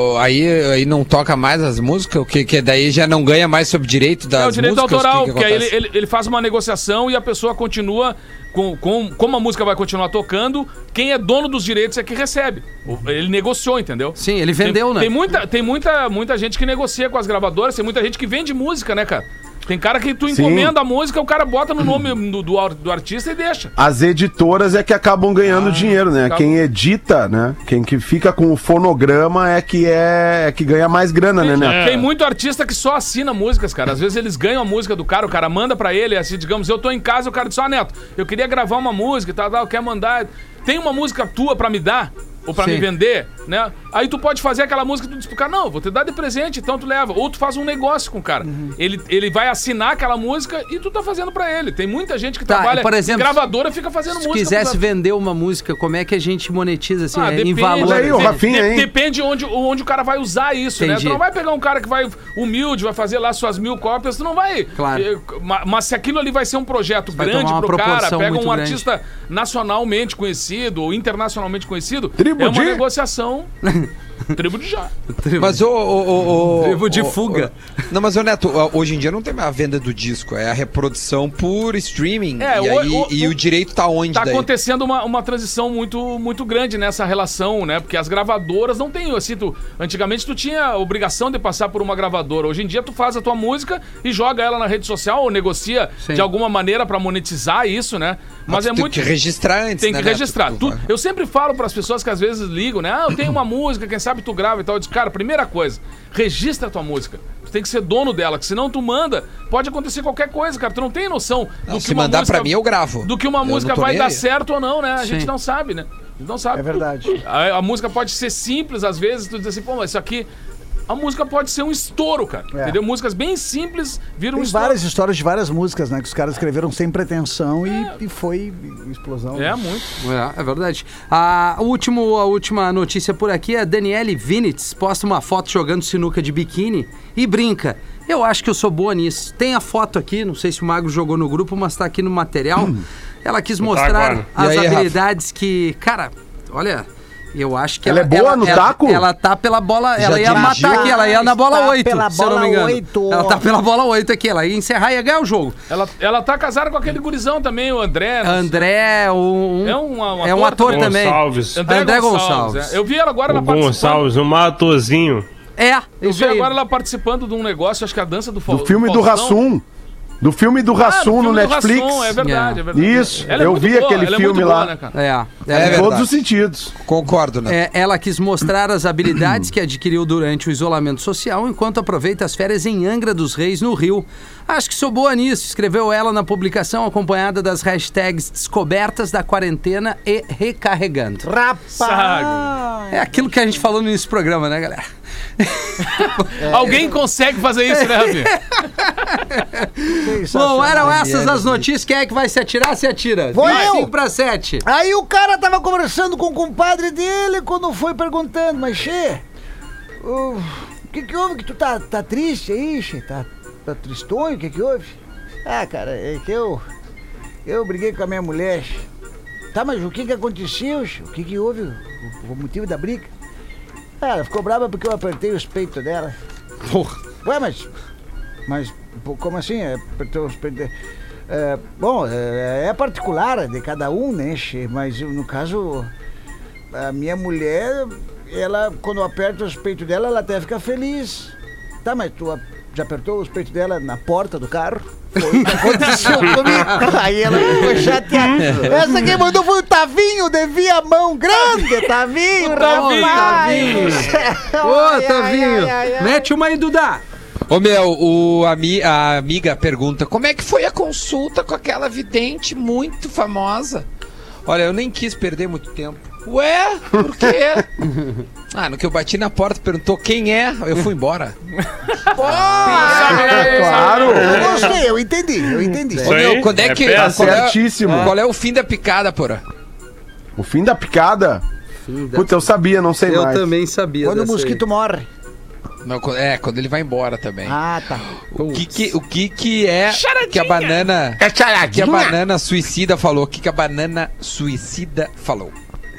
aí não toca mais as músicas, o que daí já não ganha mais sobre direito das É o direito músicas? autoral, o que porque aí acontece? ele faz uma negociação e a pessoa continua como a música vai continuar tocando, quem é dono dos direitos é que recebe. Ele negociou, entendeu? Sim, ele vendeu, né? Tem muita gente que negocia com as gravadoras, tem muita gente que vende música, né, cara? Tem cara que tu Sim. encomenda a música, o cara bota no nome do artista e deixa. As editoras é que acabam ganhando dinheiro, né? acabam. Quem edita, né? Quem que fica com o fonograma é que ganha mais grana, né, Neto? Tem muito artista que só assina músicas, cara. Às vezes eles ganham a música do cara, o cara manda pra ele, assim, digamos, eu tô em casa, o cara diz, Neto, eu queria gravar uma música e tal, quer mandar. Tem uma música tua pra me dar? Ou pra Sim. me vender, né? Aí tu pode fazer aquela música e tu diz pro cara, não, vou te dar de presente, então tu leva. Ou tu faz um negócio com o cara. Ele vai assinar aquela música e tu tá fazendo pra ele. Tem muita gente que trabalha por exemplo, em gravadora e fica fazendo Se tu música. quisesse vender uma música, como é que a gente monetiza, assim, em Depende, valor? Olha aí, o Rafinha, hein? Depende onde o cara vai usar isso, Entendi. né? Tu não vai pegar um cara que vai humilde, vai fazer lá suas 1000 cópias, tu não vai. Claro. Mas se aquilo ali vai ser um projeto Vai grande tomar uma pro cara, proporção pega muito um grande. artista nacionalmente conhecido ou internacionalmente conhecido, Tribo é uma de- negociação. Tribo de já. Mas Tribo de fuga. Não, mas Neto, hoje em dia não tem mais a venda do disco, é a reprodução por streaming. É, e o direito tá onde Tá daí? acontecendo uma transição muito grande nessa relação, né? Porque as gravadoras não têm, assim, antigamente tu tinha a obrigação de passar por uma gravadora. Hoje em dia tu faz a tua música e joga ela na rede social ou negocia Sim. de alguma maneira pra monetizar isso, né? Mas é tu tem muito... que registrar antes, Tem né, que Neto? registrar. Eu sempre falo pras pessoas que às vezes ligam, né? Eu tenho uma música, quem sabe tu grava e tal. Eu disse, cara, primeira coisa, registra a tua música. Tu tem que ser dono dela, que senão tu manda, pode acontecer qualquer coisa, cara. Tu não tem noção Não, do que se uma mandar música... pra mim, eu gravo. Do que uma Eu música não tô vai nem dar aí. certo ou não, né? A gente Sim. não sabe, né? A gente não sabe. É verdade. A música pode ser simples, às vezes, tu diz assim, pô, mas isso aqui... A música pode ser um estouro, cara. É. Entendeu? Músicas bem simples viram um Tem estouro. várias histórias de várias músicas, né? Que os caras escreveram sem pretensão e foi explosão. É, muito. É verdade. A última notícia por aqui é a Daniele Vinitz posta uma foto jogando sinuca de biquíni e brinca. Eu acho que eu sou boa nisso. Tem a foto aqui, não sei se o Magro jogou no grupo, mas tá aqui no material. Ela quis mostrar agora. as E aí, habilidades que... Cara, olha... Eu acho que Ela é boa no taco? Ela tá pela bola. Ela ia dirigiu? matar aqui, ela ia na bola Está 8. pela se eu não bola me engano. 8. Ela tá pela bola 8 aqui. Ela ia encerrar e ia ganhar o jogo. Ela tá casada com aquele gurizão também, o André. André, É um é um ator também. Gonçalves. André Gonçalves. é. Eu vi ela agora O ela participando. Gonçalves, um atorzinho. É, Eu isso vi aí. agora ela participando de um negócio, acho que a dança do Do filme do Faustão. Rassum. Do filme do Hassum no Netflix. Hassum, é verdade, é verdade. Isso, Ela é eu muito vi boa, aquele ela é filme muito lá. boa, né, cara? Em todos os sentidos. Concordo, né? Ela quis mostrar as habilidades que adquiriu durante o isolamento social, enquanto aproveita as férias em Angra dos Reis, no Rio. Acho que sou boa nisso, escreveu ela na publicação, acompanhada das hashtags descobertas da quarentena e recarregando. Rapaz! É aquilo que a gente falou no início do programa, né, galera? Alguém consegue fazer isso, né, Rafinha? Bom, eram essas as notícias. Quem é que vai se atirar? Se atira. Vou eu. 5-7. Aí o cara tava conversando com o compadre dele quando foi perguntando, mas Che, o que houve que tu tá triste aí, Che? Tá tristonho? O que houve? Ah, cara, é que eu briguei com a minha mulher. Che. Tá, mas o que aconteceu, Che? O que houve? O motivo da briga? Ah, ela ficou brava porque eu apertei os peitos dela. Porra. Ué, mas como assim? Apertou os peitos? Bom, é particular de cada um, né, Che? Mas no caso, a minha mulher, ela, quando aperta os peitos dela, ela até fica feliz. Tá, mas tu já apertou os peitos dela na porta do carro? Foi o que aconteceu comigo. Aí ela ficou chateada. Essa quem mandou foi o Tavinho, de Viamão. Grande, Tavinho. Tavinho. Ô, Tavinho. Mete uma aí, Duda. Ô meu, a amiga pergunta, como é que foi a consulta com aquela vidente muito famosa? Olha, eu nem quis perder muito tempo. Ué, por quê? No que eu bati na porta, perguntou quem é, eu fui embora. Claro! Eu gostei, eu entendi. Ô meu, quando é que... Certíssimo. Qual é o fim da picada, porra? O fim da picada? Puta, eu sabia, não sei mais. Eu também sabia. Quando o dessa mosquito morre. Não, quando ele vai embora também. Ah, tá. O que é que a banana... que a banana suicida falou? O que a banana suicida falou?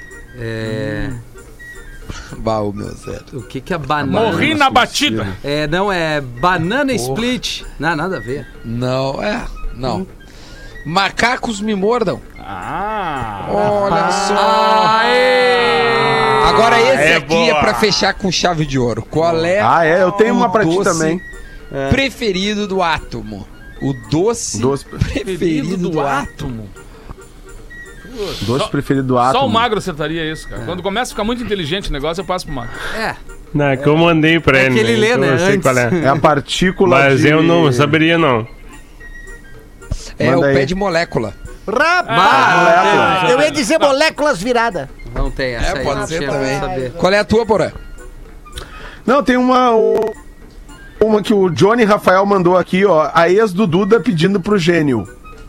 Baú, meu Zé. O que a banana... Morri na batida. Não, é banana split. Não, nada a ver. Não, não. Macacos me mordam. Olha só. Aê! Agora esse aqui boa. é pra fechar com chave de ouro. Qual é eu tenho uma pra ti doce também. preferido do átomo? O doce preferido do átomo. Doce preferido do átomo. Só o magro acertaria isso, cara. Quando começa a ficar muito inteligente o negócio, eu passo pro magro. Não, é que eu mandei pra ele. que ele lê, então né, eu sei antes. qual é. É a partícula Mas eu não saberia, não. É Manda o aí. pé de molécula. Rapaz! Eu ia dizer moléculas viradas. Não tem essa aí. Pode não ser tinha também. como saber. Qual é a tua, Porã? Não, tem uma que o Johnny Rafael mandou aqui, ó. A ex do Duda pedindo pro gênio.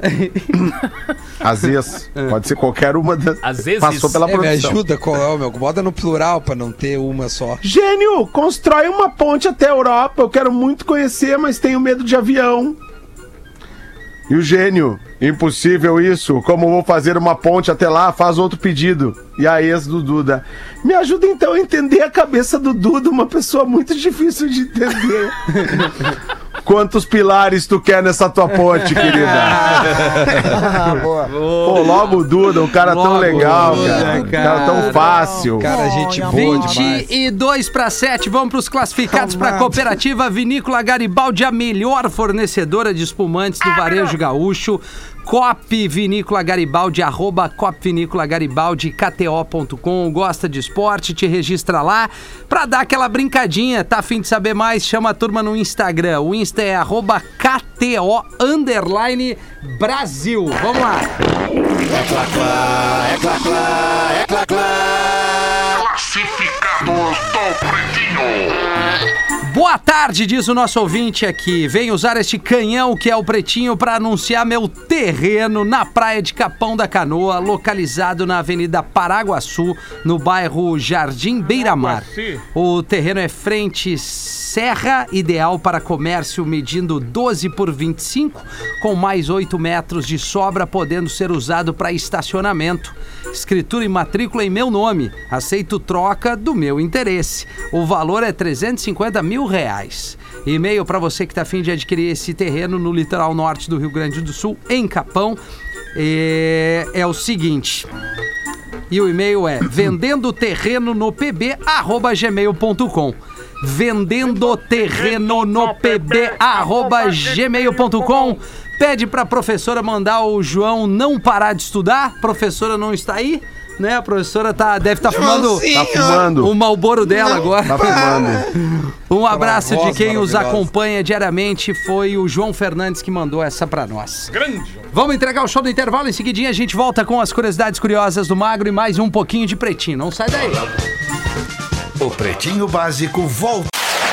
Às vezes. Pode ser qualquer uma das. Às vezes. Passou pela Me produção. ajuda, qual é o meu? Bota no plural pra não ter uma só. Gênio, constrói uma ponte até a Europa. Eu quero muito conhecer, mas tenho medo de avião. E o gênio, impossível isso. Como vou fazer uma ponte até lá? Faz outro pedido. E a ex do Duda. Me ajuda então a entender a cabeça do Duda, uma pessoa muito difícil de entender. Quantos pilares tu quer nessa tua ponte, querida? Boa. Pô, logo o Duda, um cara tão Logo legal, o Duda, cara. Um cara. cara tão fácil. Cara, gente boa demais. 22-7, vamos para os classificados para a Cooperativa Vinícola Garibaldi, a melhor fornecedora de espumantes do varejo gaúcho. Cop Vinícola Garibaldi, @ Cop Vinícola Garibaldi, KTO.com. Gosta de esporte? Te registra lá pra dar aquela brincadinha. Tá a fim de saber mais? Chama a turma no Instagram. O Insta é @KTO_Brasil. Vamos lá. Boa tarde, diz o nosso ouvinte aqui. Venho usar este canhão que é o Pretinho para anunciar meu terreno na praia de Capão da Canoa, localizado na Avenida Paraguaçu, no bairro Jardim Beira-Mar. O terreno é frente serra, ideal para comércio, medindo 12 por 25, com mais 8 metros de sobra, podendo ser usado para estacionamento. Escritura e matrícula em meu nome. Aceito troca do meu interesse. O valor é R$350 mil. E-mail para você que está a fim de adquirir esse terreno no litoral norte do Rio Grande do Sul, em Capão. É o seguinte. E o e-mail é vendendoterrenonopb@gmail.com. vendendo terreno no pb@gmail.com. Pede pra professora mandar o João não parar de estudar. Professora não está aí, né? A professora deve estar fumando o Marlboro dela agora. Tá fumando. Um abraço de quem os acompanha diariamente. Foi o João Fernandes que mandou essa pra nós. Grande. Vamos entregar o show do intervalo. Em seguidinha a gente volta com as curiosidades curiosas do Magro e mais um pouquinho de Pretinho. Não sai daí. O Pretinho Básico volta.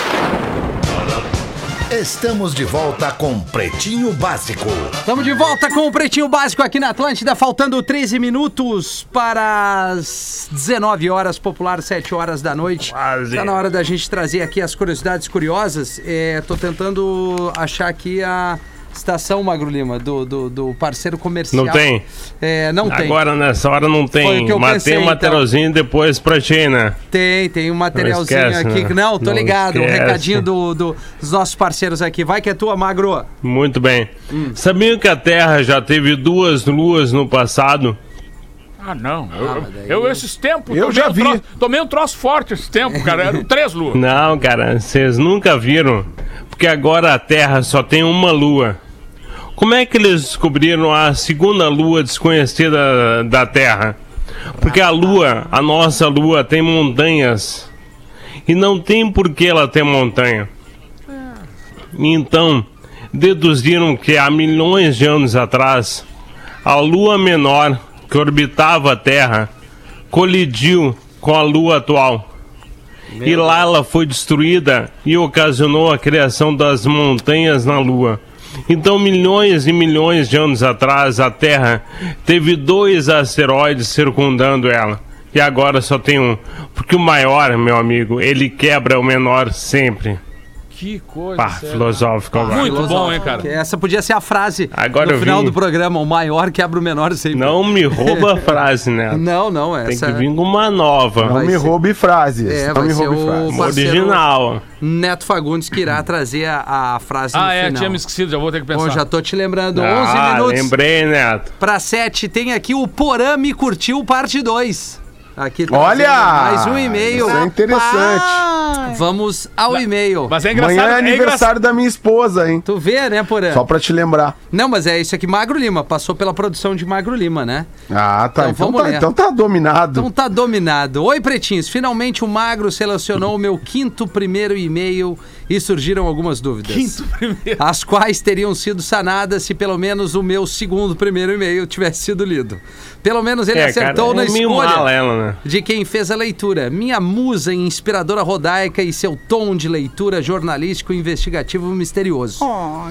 Estamos de volta com Pretinho Básico. Estamos de volta com o Pretinho Básico aqui na Atlântida, faltando 13 minutos para as 19 horas, popular 7 horas da noite. Quase. Tá na hora da gente trazer aqui as curiosidades curiosas. Tô tentando achar aqui a estação, Magro Lima, do parceiro comercial. Não tem? Não tem. Agora nessa hora não Foi tem. o que eu Mas pensei, tem um materialzinho depois pra ti, né? Tem um materialzinho Não esquece, aqui. né? Não, tô Não ligado. Um esquece. recadinho dos nossos parceiros aqui. Vai que é tua, Magro. Muito bem. Sabiam que a Terra já teve 2 luas no passado? Ah, não. Eu esses tempos... Eu já vi. Tomei um troço forte esse tempo, cara. Eram 3 luas. Não, cara, vocês nunca viram. Porque agora a Terra só tem uma lua. Como é que eles descobriram a segunda lua desconhecida da Terra? Porque a nossa lua, tem montanhas. E não tem por que ela ter montanha. Então, deduziram que há milhões de anos atrás, a lua menor que orbitava a Terra colidiu com a lua atual. E lá ela foi destruída e ocasionou a criação das montanhas na lua. Então, milhões e milhões de anos atrás, a Terra teve 2 asteroides circundando ela. E agora só tem um. Porque o maior, meu amigo, ele quebra o menor sempre. Que coisa. Pá, filosófico agora. Muito bom, hein, cara? Essa podia ser a frase Agora no eu final vim. do programa. O maior quebra o menor sempre. Não me rouba a frase, né? Não, Tem essa... que vir com uma nova. Não Vai me ser- roube frases. Não vai me ser roube o frases. parceiro Original. Neto Fagundes que irá trazer a frase no final. Tinha me esquecido, já vou ter que pensar. Bom, já tô te lembrando. 11 minutos Lembrei, Neto. para 7. Tem aqui o Porã me curtiu parte 2. Aqui Olha! trazendo mais um e-mail. Isso é interessante. Vamos ao e-mail. Mas é engraçado. Amanhã é aniversário da minha esposa, hein? Tu vê, né, Porã? Só pra te lembrar. Não, mas é isso aqui, Magro Lima. Passou pela produção de Magro Lima, né? Ah, tá. Então vamos ler. Então tá dominado. Então tá dominado. Oi, pretinhos. Finalmente o Magro selecionou o meu 5º primeiro e-mail e surgiram algumas dúvidas. 5º primeiro. As quais teriam sido sanadas se pelo menos o meu 2º primeiro e-mail tivesse sido lido. Pelo menos ele acertou na meio escolha mala ela, né? de quem fez a leitura. Minha musa inspiradora rodaica e seu tom de leitura jornalístico investigativo misterioso.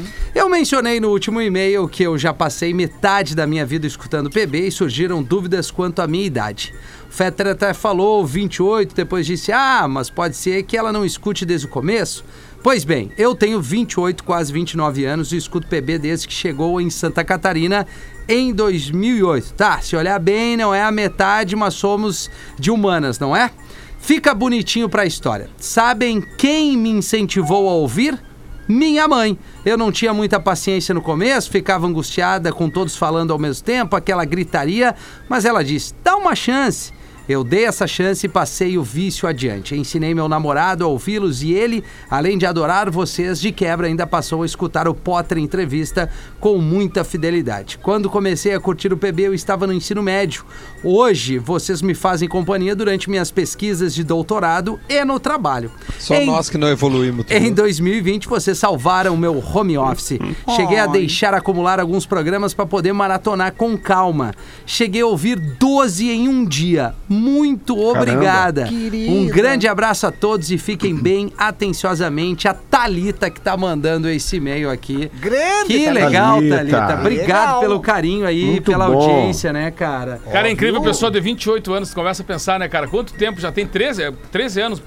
Eu mencionei no último e-mail que eu já passei metade da minha vida escutando PB e surgiram dúvidas quanto à minha idade. O Fetter até falou 28, depois disse, mas pode ser que ela não escute desde o começo. Pois bem, eu tenho 28, quase 29 anos e escuto PB desde que chegou em Santa Catarina em 2008. Tá, se olhar bem, não é a metade, mas somos de humanas, não é? Fica bonitinho pra história. Sabem quem me incentivou a ouvir? Minha mãe. Eu não tinha muita paciência no começo, ficava angustiada com todos falando ao mesmo tempo, aquela gritaria, mas ela disse, dá uma chance. Eu dei essa chance e passei o vício adiante. Ensinei meu namorado a ouvi-los e ele, além de adorar vocês, de quebra ainda passou a escutar o Potter Entrevista com muita fidelidade. Quando comecei a curtir o PB, eu estava no ensino médio. Hoje, vocês me fazem companhia durante minhas pesquisas de doutorado e no trabalho. Só nós que não evoluímos. Em 2020, vocês salvaram o meu home office. Cheguei a deixar acumular alguns programas para poder maratonar com calma. Cheguei a ouvir 12 em um dia. Muito obrigada. Um grande abraço a todos e fiquem bem atenciosamente. A Thalita que tá mandando esse e-mail aqui. Grande, Que legal, Thalita. Thalita. Obrigado Legal. pelo carinho aí, Muito pela bom. audiência, né, cara? Cara, é incrível, pessoa de 28 anos, tu começa a pensar, né, cara? Quanto tempo já tem? 13 anos.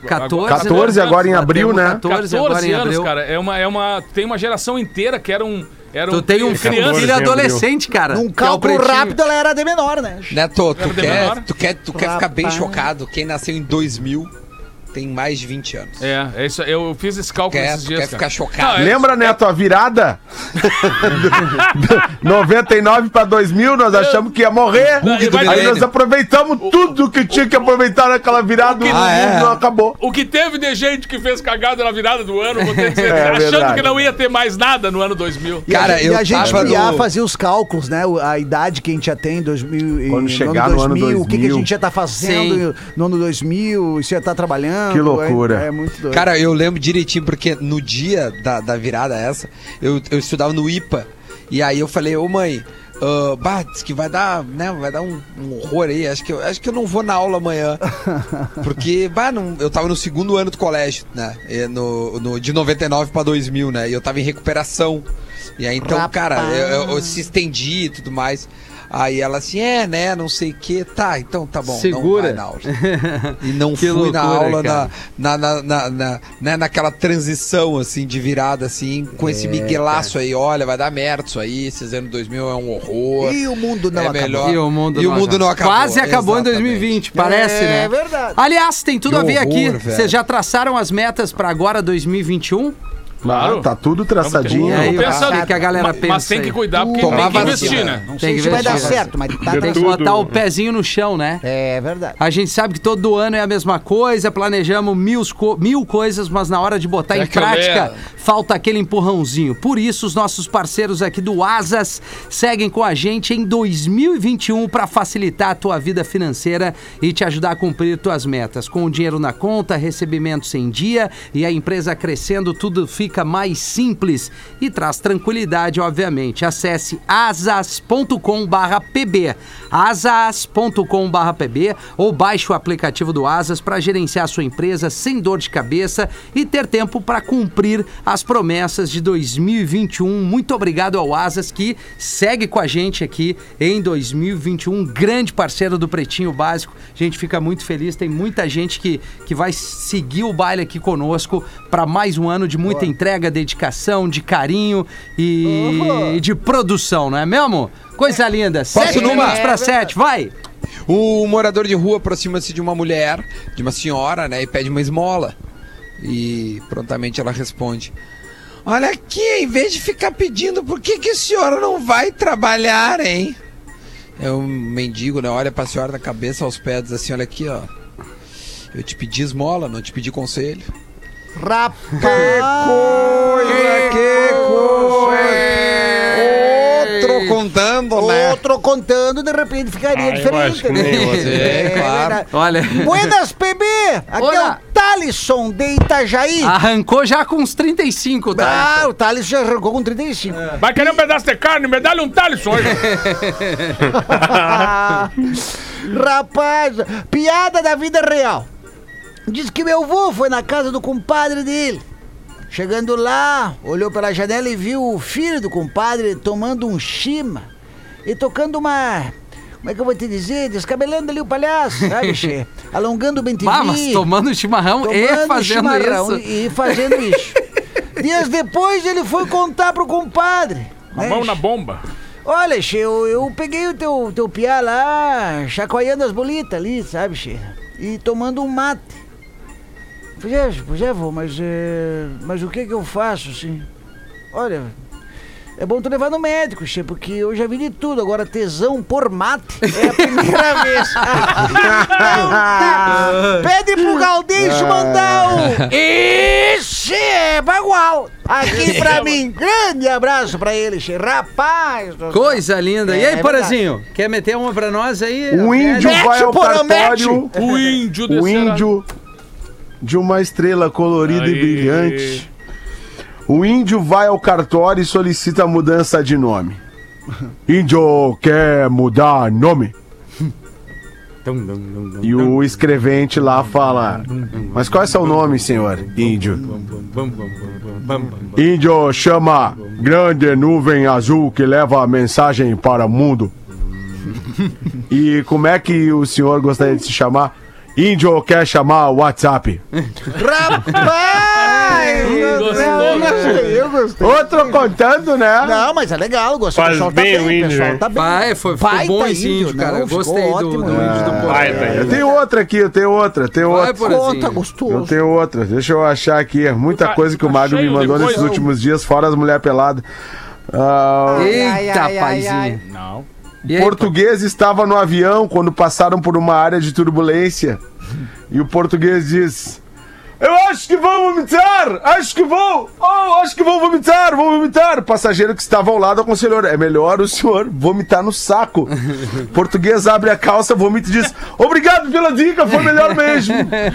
14 agora em abril, né? 14 agora em anos, abril. cara. Tem uma geração inteira que era um Tu tem um criança. filho adolescente, cara. Num que é o cálculo Pretinho. rápido, ela era de menor, né? Neto, Era de menor. tu quer ficar bem chocado. Quem nasceu em 2000 tem mais de 20 anos. É isso. Eu fiz esse cálculo esses dias, Quer cara. ficar chocado. Não, Lembra, Neto, a virada? 99 pra 2000, nós achamos que ia morrer. Aí nós aproveitamos tudo que tinha que aproveitar naquela virada e o mundo não acabou. O que teve de gente que fez cagada na virada do ano, vou ter que dizer, É achando verdade. que não ia ter mais nada no ano 2000. Cara, E a gente tava ia no- fazer os cálculos, né? A idade que a gente já tem em 2000, Quando no chegar no ano 2000. o que a gente já tá fazendo Sim. no ano 2000, se já tá trabalhando. Que loucura. É muito doido. Cara, eu lembro direitinho, porque no dia da virada essa, eu estudava no IPA. E aí eu falei, ô mãe, diz que vai dar, né? Vai dar um horror aí. Acho que eu não vou na aula amanhã. Porque, eu tava no segundo ano do colégio, né? De 99 pra 2000, né? E eu tava em recuperação. E aí, então, cara, eu se estendi e tudo mais. Aí ela assim, né, não sei o que. Tá, então tá bom, Segura. não vai na aula. E não Que fui na loucura, aula naquela transição, assim, de virada, assim, com esse miguelaço aí. Olha, vai dar merda isso aí, esses anos 2000 é um horror. E o mundo não acabou. melhor. E o mundo, não acabou. Quase acabou em Exatamente. 2020, parece, né? É verdade. Aliás, tem tudo Que a ver aqui. horror, velho. Vocês já traçaram as metas pra agora 2021? Claro. Tá tudo traçadinho. E aí, Vamos pensar. o que a galera pensa? Mas tem que aí? cuidar, porque Tomar tem que vacina. investir, né? Não Tem sei que se vai dar investir. certo, mas tá Tem que botar o pezinho no chão, né? É verdade. A gente sabe que todo ano é a mesma coisa, planejamos mil coisas, mas na hora de botar É em que eu prática, levo. falta aquele empurrãozinho. Por isso, os nossos parceiros aqui do Asas seguem com a gente em 2021 para facilitar a tua vida financeira e te ajudar a cumprir tuas metas. Com o dinheiro na conta, recebimentos em dia e a empresa crescendo, tudo fica mais simples e traz tranquilidade, obviamente. Acesse asas.com/pb, asas.com/pb ou baixe o aplicativo do Asas para gerenciar a sua empresa sem dor de cabeça e ter tempo para cumprir as promessas de 2021. Muito obrigado ao Asas, que segue com a gente aqui em 2021, grande parceiro do Pretinho Básico. A gente fica muito feliz, tem muita gente que vai seguir o baile aqui conosco para mais um ano de muita entrega, dedicação, de carinho e de produção, não é mesmo? Coisa linda. 7 numa? minutos para 7, vai! O morador de rua aproxima-se de uma mulher, de uma senhora, né, e pede uma esmola. E prontamente ela responde: olha aqui, em vez de ficar pedindo, por que a senhora não vai trabalhar, hein? É um mendigo, né, olha pra senhora da cabeça aos pés, diz assim, olha aqui, ó. Eu te pedi esmola, não te pedi conselho. Rapaz! Outro contando, né? Outro contando, de repente ficaria eu diferente. acho que nem você. É, claro. verdade. Olha, Buenas, PB! Aqui Olá. é o Thalisson de Itajaí. arrancou já com uns 35, tá? Ah, o Thalisson já arrancou com 35. Vai querer um pedaço de carne? Me dá-lhe um Thalisson hoje. Rapaz, piada da vida real. Diz que meu avô foi na casa do compadre dele. Chegando lá, olhou pela janela e viu o filho do compadre tomando um chima e tocando uma... Como é que eu vou te dizer? Descabelando ali o palhaço, sabe, che? Alongando o bem Ah, mas tomando chimarrão e fazendo chimarrão isso. e fazendo isso. Dias depois ele foi contar pro compadre. A mão na bomba. Olha, che, eu peguei o teu piá lá, chacoalhando as bolitas ali, sabe, che? E tomando um mate. Pois é, vô, mas o que eu faço, assim? Olha, é bom tu levar no médico, che, porque eu já vi de tudo. Agora, tesão por mate é a primeira vez. Pede pro Galdeixo mandar um... Ixi, é bagual. Aqui pra mim. Grande abraço pra ele, che. Rapaz. Coisa linda. E É aí, Porazinho, quer meter uma pra nós aí? O índio Mete, vai ao porra, cartório. O índio O descerá. índio de uma estrela colorida e Aí. brilhante. O índio vai ao cartório e solicita a mudança de nome. Índio quer mudar nome? E o escrevente lá fala: mas qual é seu nome, senhor? Índio. Índio chama Grande Nuvem Azul que leva a mensagem para o mundo. E como é que o senhor gostaria de se chamar? Índio quer chamar o WhatsApp. Rapaz! Eu gostei. Outro contando, né? Não, mas é legal, eu gostei. Faz O pessoal tá bem o bem, o índio, pessoal né? tá bem. Vai, ficou bom esse índio, cara. Eu gostei do índio do Porã. Eu tenho outra aqui, eu tenho outra. Vai, Porãzinho. Tá gostoso. Eu tenho outra. Deixa eu achar aqui. Muita Tá- coisa que o tá Magro me cheio mandou depois, nesses não? últimos dias, fora as mulheres peladas. Eita, paizinho. Não. E aí, Português estava no avião quando passaram por uma área de turbulência. E o português diz: eu acho que vou vomitar! Acho que vou! Oh, acho que vou vomitar! Vou vomitar! O passageiro que estava ao lado aconselhou: é melhor o senhor vomitar no saco. O português abre a calça, vomita e diz: obrigado pela dica, foi melhor mesmo.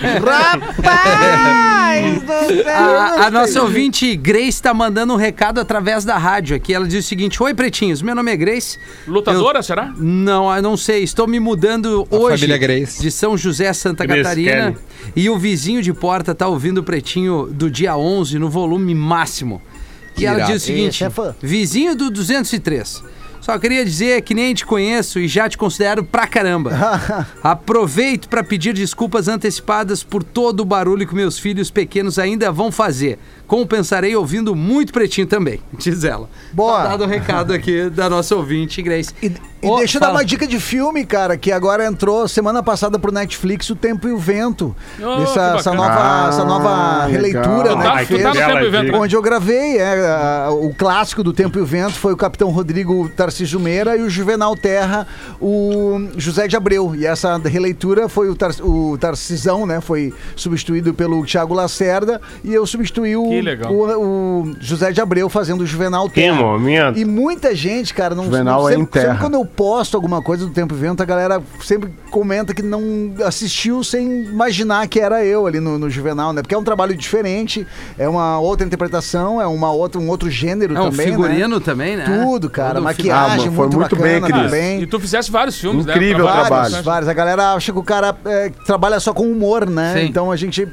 Rapaz do céu. A nossa ouvinte Grace tá mandando um recado através da rádio aqui. Ela diz o seguinte: oi, pretinhos, meu nome é Grace. Lutadora, será? Não, eu não sei. Estou me mudando hoje família Grace. de São José, Santa Grace Catarina. Kelly. E o vizinho de porta tá ouvindo o Pretinho do dia 11 no volume máximo. E ela irado. diz o seguinte: Esse é fã. vizinho do 203. Só queria dizer que nem te conheço e já te considero pra caramba. Aproveito pra pedir desculpas antecipadas por todo o barulho que meus filhos pequenos ainda vão fazer. Compensarei ouvindo muito Pretinho também, diz ela. Boa. Tá dado o recado aqui da nossa ouvinte, Grace. E Ô, deixa eu dar fala. uma dica de filme, cara, que agora entrou semana passada pro Netflix, O Tempo e o Vento. Oh, essa que bacana. nova legal. releitura, Tu né? tá, que tu tá no fez, tempo e vento, né? onde eu gravei, o clássico do Tempo e o Vento foi o Capitão Rodrigo Tarcísio Meira e o Juvenal Terra, o José de Abreu. E essa releitura foi o Tarcisão, né? Foi substituído pelo Thiago Lacerda e eu substituí Que legal. o José de Abreu fazendo o Juvenal Que Terra. momento. E muita gente, cara, não, Juvenal não é em sempre, terra. sempre quando eu posto alguma coisa do Tempo e Vento, a galera sempre comenta que não assistiu sem imaginar que era eu ali no Juvenal, né? Porque é um trabalho diferente, é uma outra interpretação, é um outro gênero É um também, figurino né? também, né? Tudo, cara. Todo Maquiagem, foi muito bem, bacana Cris. também. E tu fizesse vários filmes, Incrível né? trabalho. Bastante. Vários. A galera acha que o cara trabalha só com humor, né? Sim. Então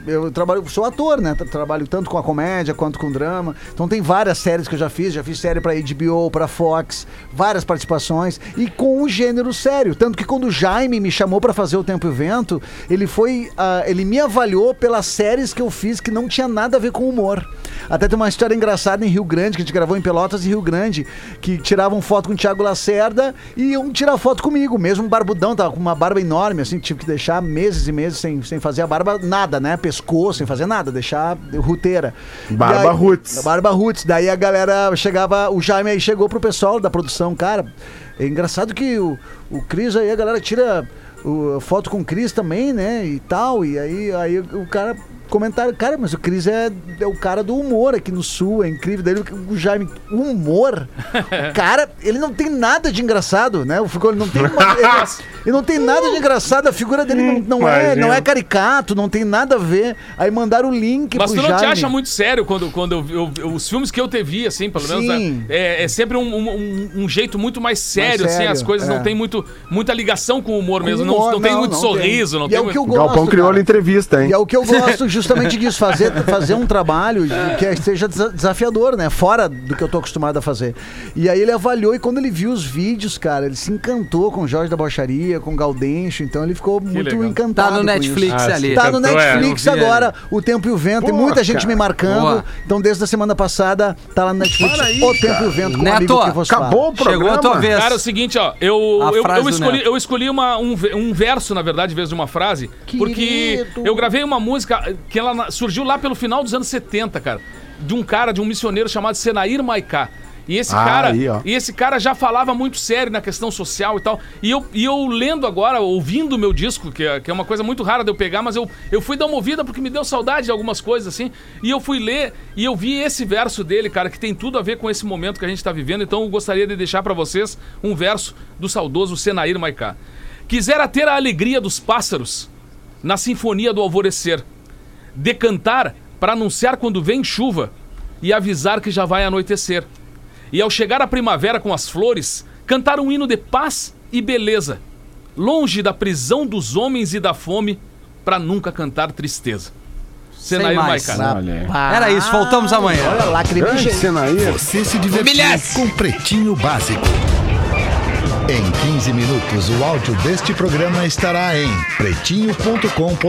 sou ator, né? Trabalho tanto com a comédia quanto com drama. Então tem várias séries que eu já fiz série pra HBO, pra Fox, várias participações e com o gênero sério. Tanto que quando o Jaime me chamou pra fazer O Tempo e o Vento, ele me avaliou pelas séries que eu fiz que não tinha nada a ver com humor. Até tem uma história engraçada em Rio Grande, que a gente gravou em Pelotas e Rio Grande, que tiravam foto com o Thiago Lacerda e iam tirar foto comigo, mesmo barbudão, tava com uma barba enorme, assim, tive que deixar meses e meses sem fazer a barba, nada, né? Pescoço, sem fazer nada, deixar ruteira. Barba E aí- roots. Barba roots. Daí a galera chegava, o Jaime aí chegou pro pessoal da produção, cara, é engraçado que o Cris aí, a galera tira foto com o Cris também, né, e tal, e aí o cara... Comentaram, cara, mas o Cris é o cara do humor aqui no Sul, é incrível. Daí o Jaime, o humor? Cara, ele não tem nada de engraçado, né? Ele não tem, ele não tem nada de engraçado, a figura dele não é caricato, não tem nada a ver. Aí mandaram o link Mas pro tu não te Jaime. acha muito sério quando os filmes que eu te vi, assim, pelo menos, Sim. né, é sempre um jeito muito mais sério, assim, sério, as coisas não tem muita ligação com o humor mesmo, Com humor, não tem muito não sorriso, não E tem é o que eu muito... gosto, Galpão Crioulo cara. entrevista, hein? E é o que eu gosto justamente disso, fazer um trabalho que seja desafiador, né? Fora do que eu tô acostumado a fazer. E aí ele avaliou e quando ele viu os vídeos, cara, ele se encantou com o Jorge da Bocharia, com o Gaudêncio, então ele ficou muito legal. encantado. Tá no com Netflix isso. ali. Tá no Cantou, Netflix eu vi agora, O Tempo e o Vento. Tem Pô, muita gente cara. me marcando. Boa. Então, desde a semana passada, tá lá no Netflix. Para aí, O Tempo cara. e o Vento com Neto, um amigo que vos fala. Acabou o programa. Chegou a tua vez. Cara, é o seguinte, ó, A frase do Neto. eu escolhi um verso, na verdade, em vez de uma frase, porque Querido. eu gravei uma música que ela surgiu lá pelo final dos anos 70, cara, de um missioneiro chamado Senair Maiká. E esse cara já falava muito sério na questão social e tal. E eu lendo agora, ouvindo o meu disco, que é uma coisa muito rara de eu pegar, mas eu fui dar uma ouvida porque me deu saudade de algumas coisas assim. E eu fui ler e eu vi esse verso dele, cara, que tem tudo a ver com esse momento que a gente tá vivendo. Então eu gostaria de deixar pra vocês um verso do saudoso Senair Maiká. Quisera ter a alegria dos pássaros na sinfonia do alvorecer, de cantar para anunciar quando vem chuva e avisar que já vai anoitecer. E ao chegar a primavera com as flores, cantar um hino de paz e beleza, longe da prisão dos homens e da fome, para nunca cantar tristeza. Senair mais. Maiká. Era isso, voltamos amanhã. Olha lá, que Grande Senair. Você se divertiu com Pretinho Básico. Em 15 minutos, o áudio deste programa estará em pretinho.com.br.